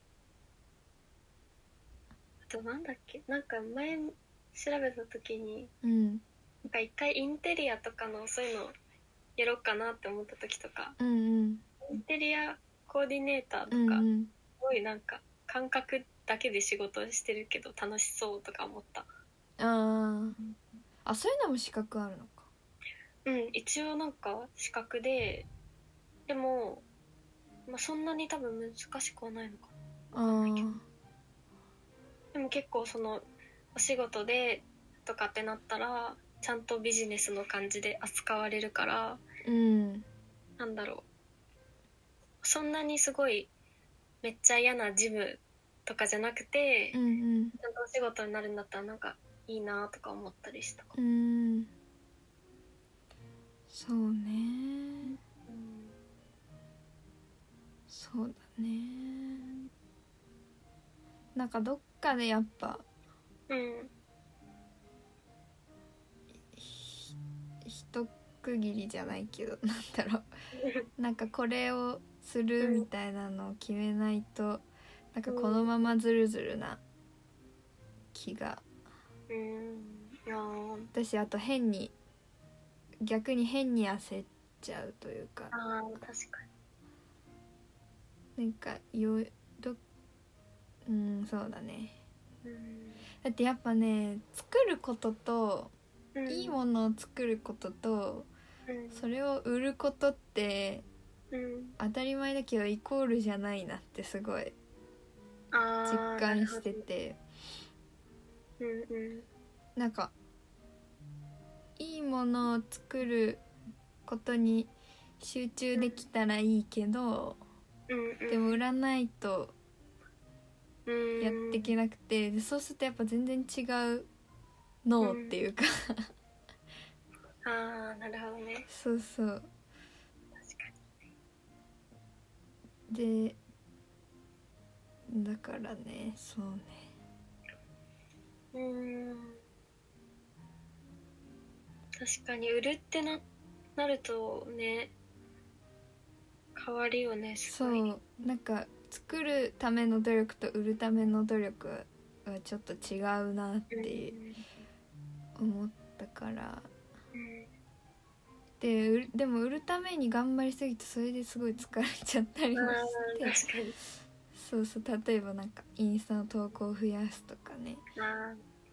S2: あとなんだっけ、なんか前調べた時に、うん、なんか一回インテリアとかのそういうのやろうかなって思った時とか、うんうん、インテリアコーディネーターとか、うんうん、すごいなんか感覚だけで仕事してるけど楽しそうとか思った。
S1: ああ、そういうのも資格あるのか。
S2: うん、一応なんか資格で、でも、まあ、そんなに多分難しくはないのかな、わかんないけど。でも結構そのお仕事でとかってなったらちゃんとビジネスの感じで扱われるから、うん、なんだろう、そんなにすごいめっちゃ嫌なジムとかじゃなくて、うんうん、ちゃんとお仕事になるんだったらなんかいいなとか思ったりした。うん、
S1: そうね、うん、そうだね。なんかどっかでやっぱ、うん、一区切りじゃないけど、なんだろうなんかこれをするみたいなのを決めないとなんかこのままズルズルな気が、
S2: うん、いや
S1: 私あと変に逆に変に焦っちゃうというか、
S2: あ確か
S1: になんかよどうんそうだね、
S2: うん、
S1: だってやっぱね作ることと、うん、いいものを作ることと、うん、それを売ることって、うん、当たり前だけどイコールじゃないなってすごい実感してて、うんうん、なんかいいものを作ることに集中できたらいいけど、うんうん、でも売らないとやっていけなくて、でそうするとやっぱ全然違う脳っていうか、
S2: うん、ああなるほどね。
S1: そうそう確かに。でだからねそうね
S2: うーん確かに売るってななるとね変わるよねすごい。
S1: そうなんか作るための努力と売るための努力はちょっと違うなって思ったから、うん、で, でも売るために頑張りすぎてそれですごい疲れちゃったりもして、
S2: 確かに
S1: そうそう例えばなんかインスタの投稿を増やすとかね、
S2: あ確か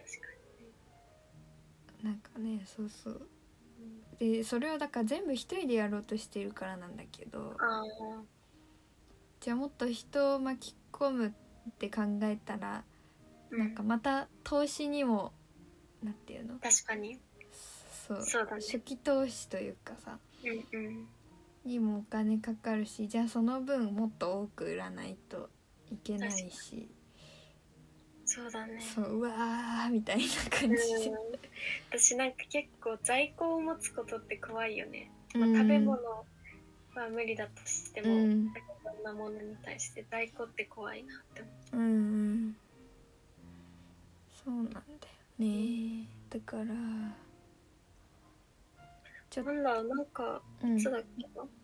S1: になんかねそうそう、うん、でそれをだから全部一人でやろうとしてるからなんだけど、あじゃあもっと人を巻き込むって考えたら、うん、なんかまた投資にもなんていうの
S2: 確かに
S1: そう、
S2: そうだね、
S1: 初期投資というかさ、
S2: うんうん、
S1: にもお金かかるし、じゃあその分もっと多く売らないといけないし、
S2: そうだね、
S1: そううわーみたいな感じで、
S2: 私なんか結構在庫を持つことって怖いよね、まあ、食べ物は無理だとしても、うん、いろんなものに対して在庫って怖いなって思って、うんうん、
S1: そうなんだよね、うん、だから
S2: ちょなんだろうなんかいつだっけな、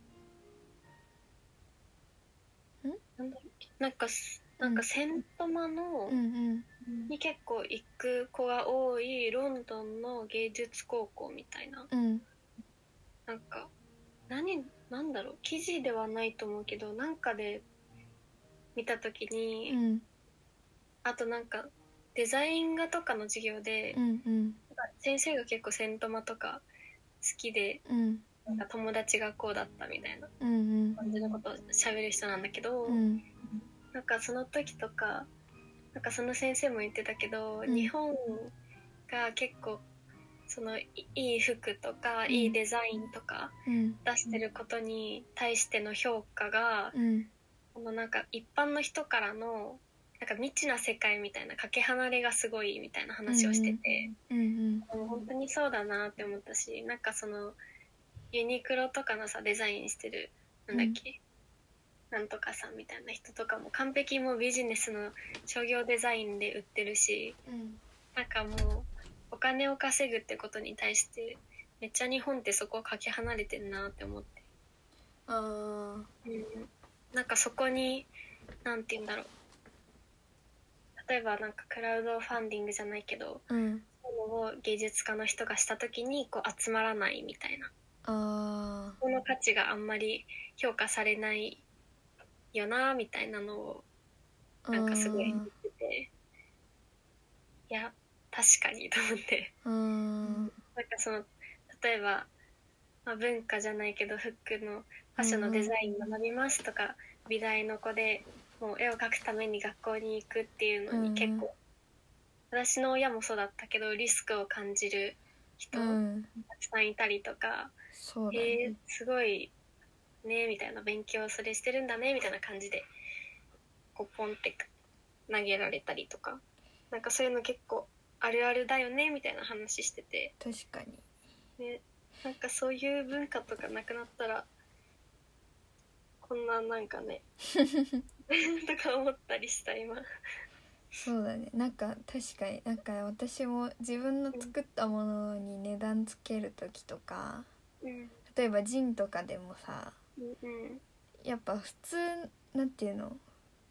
S2: うん、なんだっけなんかなんかセントマの、うんうん、に結構行く子が多いロンドンの芸術高校みたいな、うん、なんか何なんだろう記事ではないと思うけどなんかで見た時に、うん、あとなんかデザイン画とかの授業で、うんうん、先生が結構セントマとか好きで、うん、なんか友達がこうだったみたいな感じのことを喋る人なんだけど、うん、なんかその時とかなんかその先生も言ってたけど、うん、日本が結構そのいい服とか、うん、いいデザインとか出してることに対しての評価が、うん、このなんか一般の人からのなんか未知な世界みたいなかけ離れがすごいみたいな話をしてて、うんうん、でも本当にそうだなって思ったし、なんかそのユニクロとかのさデザインしてるなんだっけ、うん、なんとかさんみたいな人とかも完璧もうビジネスの商業デザインで売ってるし、うん、なんかもうお金を稼ぐってことに対してめっちゃ日本ってそこをかけ離れてるなって思って、あ、うん、なんかそこになんて言うんだろう、例えばなんかクラウドファンディングじゃないけど、うん、そういうのを芸術家の人がした時にこう集まらないみたいな、あその価値があんまり評価されないよなみたいなのをなんかすごい言ってて、いや確かにと思って、うんなんかその例えば、まあ、文化じゃないけど服のファッションのデザイン学びますとか、美大の子でもう絵を描くために学校に行くっていうのに結構、うん、私の親もそうだったけどリスクを感じる人、うん、たくさんいたりとか、そうだね、えー、すごいねみたいな、勉強それしてるんだねみたいな感じでこうポンって投げられたりとか、なんかそういうの結構あるあるだよねみたいな話してて、
S1: 確かに、
S2: ね、なんかそういう文化とかなくなったらこんななんかねとか思ったりした今。
S1: そうだね、なんか確かになんか私も自分の作ったものに値段つける時とか、うん、例えばジンとかでもさ、うんうん、やっぱ普通なんていうの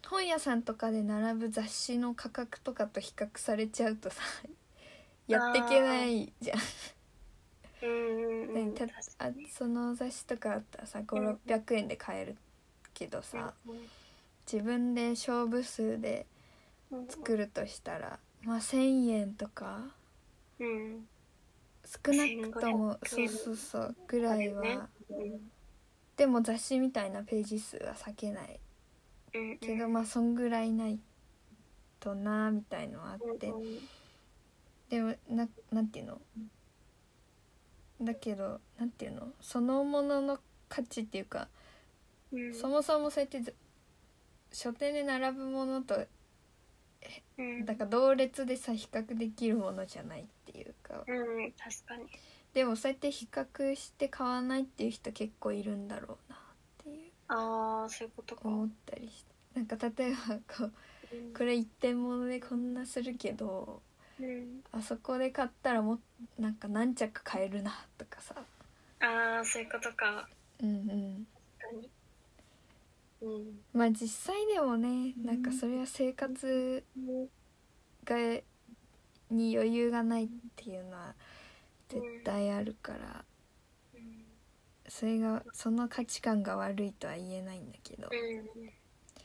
S1: 本屋さんとかで並ぶ雑誌の価格とかと比較されちゃうとさやっていけないじゃん。
S2: うんうんうん、
S1: たあその雑誌とかあったらさごひゃくろっぴゃくえんで買えるけどさ、うん、自分で勝負数で作るとしたら、まあせんえんとか、
S2: うん、
S1: 少なくともそうそうそうぐらいは、ね、うん、でも雑誌みたいなページ数は避けない、うんうん、けどまあそんぐらいないとなみたいのはあって、うんうん、でもななんていうのだけどなんていうのそのものの価値っていうか、うん、そもそもそうやって書店で並ぶものと、うん、だから同列でさ比較できるものじゃないっていうか、
S2: うん、確かに。
S1: でもそうやって比較して買わないっていう人結構いるんだろうなっていう、
S2: ああそういうことか
S1: 思ったりして、なんか例えばこう、うん、これ一点物でこんなするけど、うん、あそこで買ったらもなんか何着買えるなとかさ、
S2: ああそういうことか。
S1: うんうん、
S2: 確かに、うん、
S1: まあ実際でもねなんかそれは生活がに余裕がないっていうのは絶対あるから、うん、それがその価値観が悪いとは言えないんだけど、うん、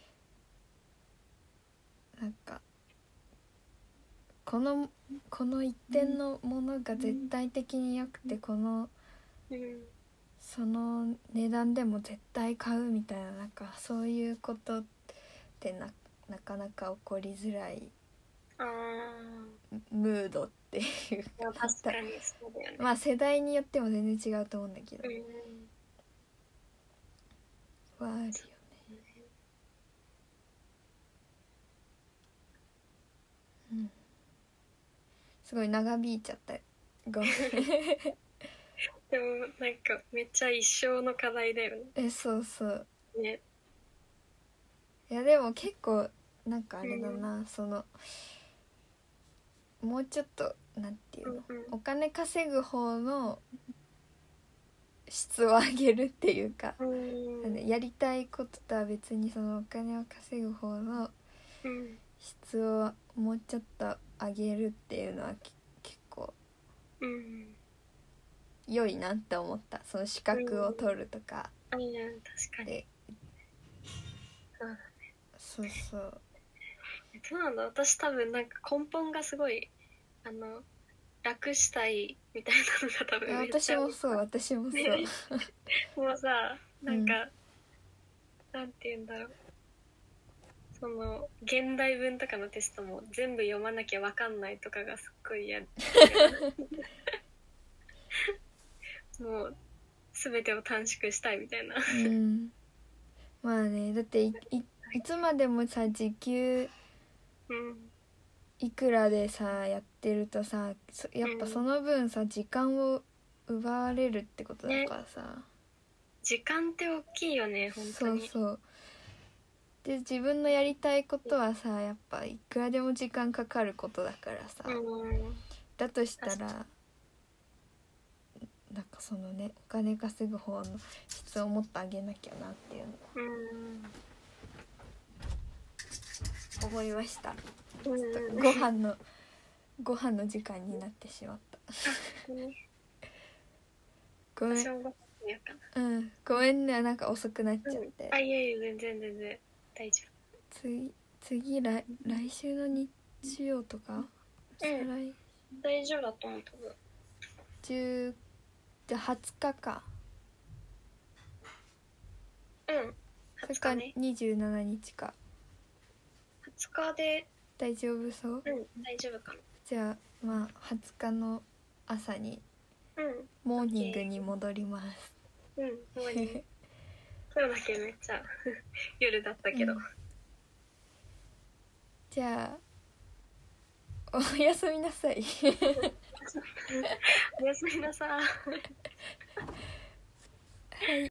S1: なんかこのこの一点のものが絶対的に良くてこの、うん、その値段でも絶対買うみたいな、なんかそういうことってな、なかなか起こりづらい
S2: あ
S1: ムードっていう
S2: か、確かにそうだよね。
S1: まあ世代によっても全然違うと思うんだけど、うん、はあるよね。うん、すごい長引いちゃったごめん
S2: でもなんかめっちゃ一生の課題だよね。
S1: えそうそう
S2: ね。
S1: いやでも結構なんかあれだな、うん、そのもうちょっとなんていうの、うんうん、お金稼ぐ方の質を上げるっていうか、うん、やりたいこととは別にそのお金を稼ぐ方の質をもうちょっと上げるっていうのは結構良いなって思った。その資格を取るとか、
S2: うん、確かにそうだね。
S1: そうそう
S2: そうなんだ。私多分なんか根本がすごいあの楽したいみたいなのが多分めっちゃ
S1: 私もそう私もそう、
S2: ね、もうさなんか、うん、なんて言うんだろう、その現代文とかのテストも全部読まなきゃ分かんないとかがすっごい嫌もう全てを短縮したいみたいな、
S1: うん、まあねだって い, い, いつまでもさ時給いくらでさやってるとさやっぱその分さ時間を奪われるってことだからさ、ね、
S2: 時間って大きいよね本当に。
S1: そうそうで自分のやりたいことはさやっぱいくらでも時間かかることだからさ、うん、だとしたらなんかそのねお金稼ぐ方の質をもっと上げなきゃなっていうの、うん、思いました。ちょっとご飯のご飯の時間になってしまったごめん、うん、ごめんねなんか遅くなっちゃって、
S2: うん、あいえいえ全然全然大丈夫。
S1: 次次 来, 来週の日曜とか、うん、
S2: 再来大丈夫だと思う多分
S1: じゃあはつかか、
S2: うん
S1: はつか、ね、にじゅうしちにちか
S2: はつかで
S1: 大丈夫そう？
S2: うん大丈夫かな。
S1: じゃあまあはつかの朝に、うん、モーニングに戻ります。
S2: うんモーニング今日だけめっちゃ夜だったけど、うん、
S1: じゃあおやすみなさい
S2: おやすみなさい
S1: はい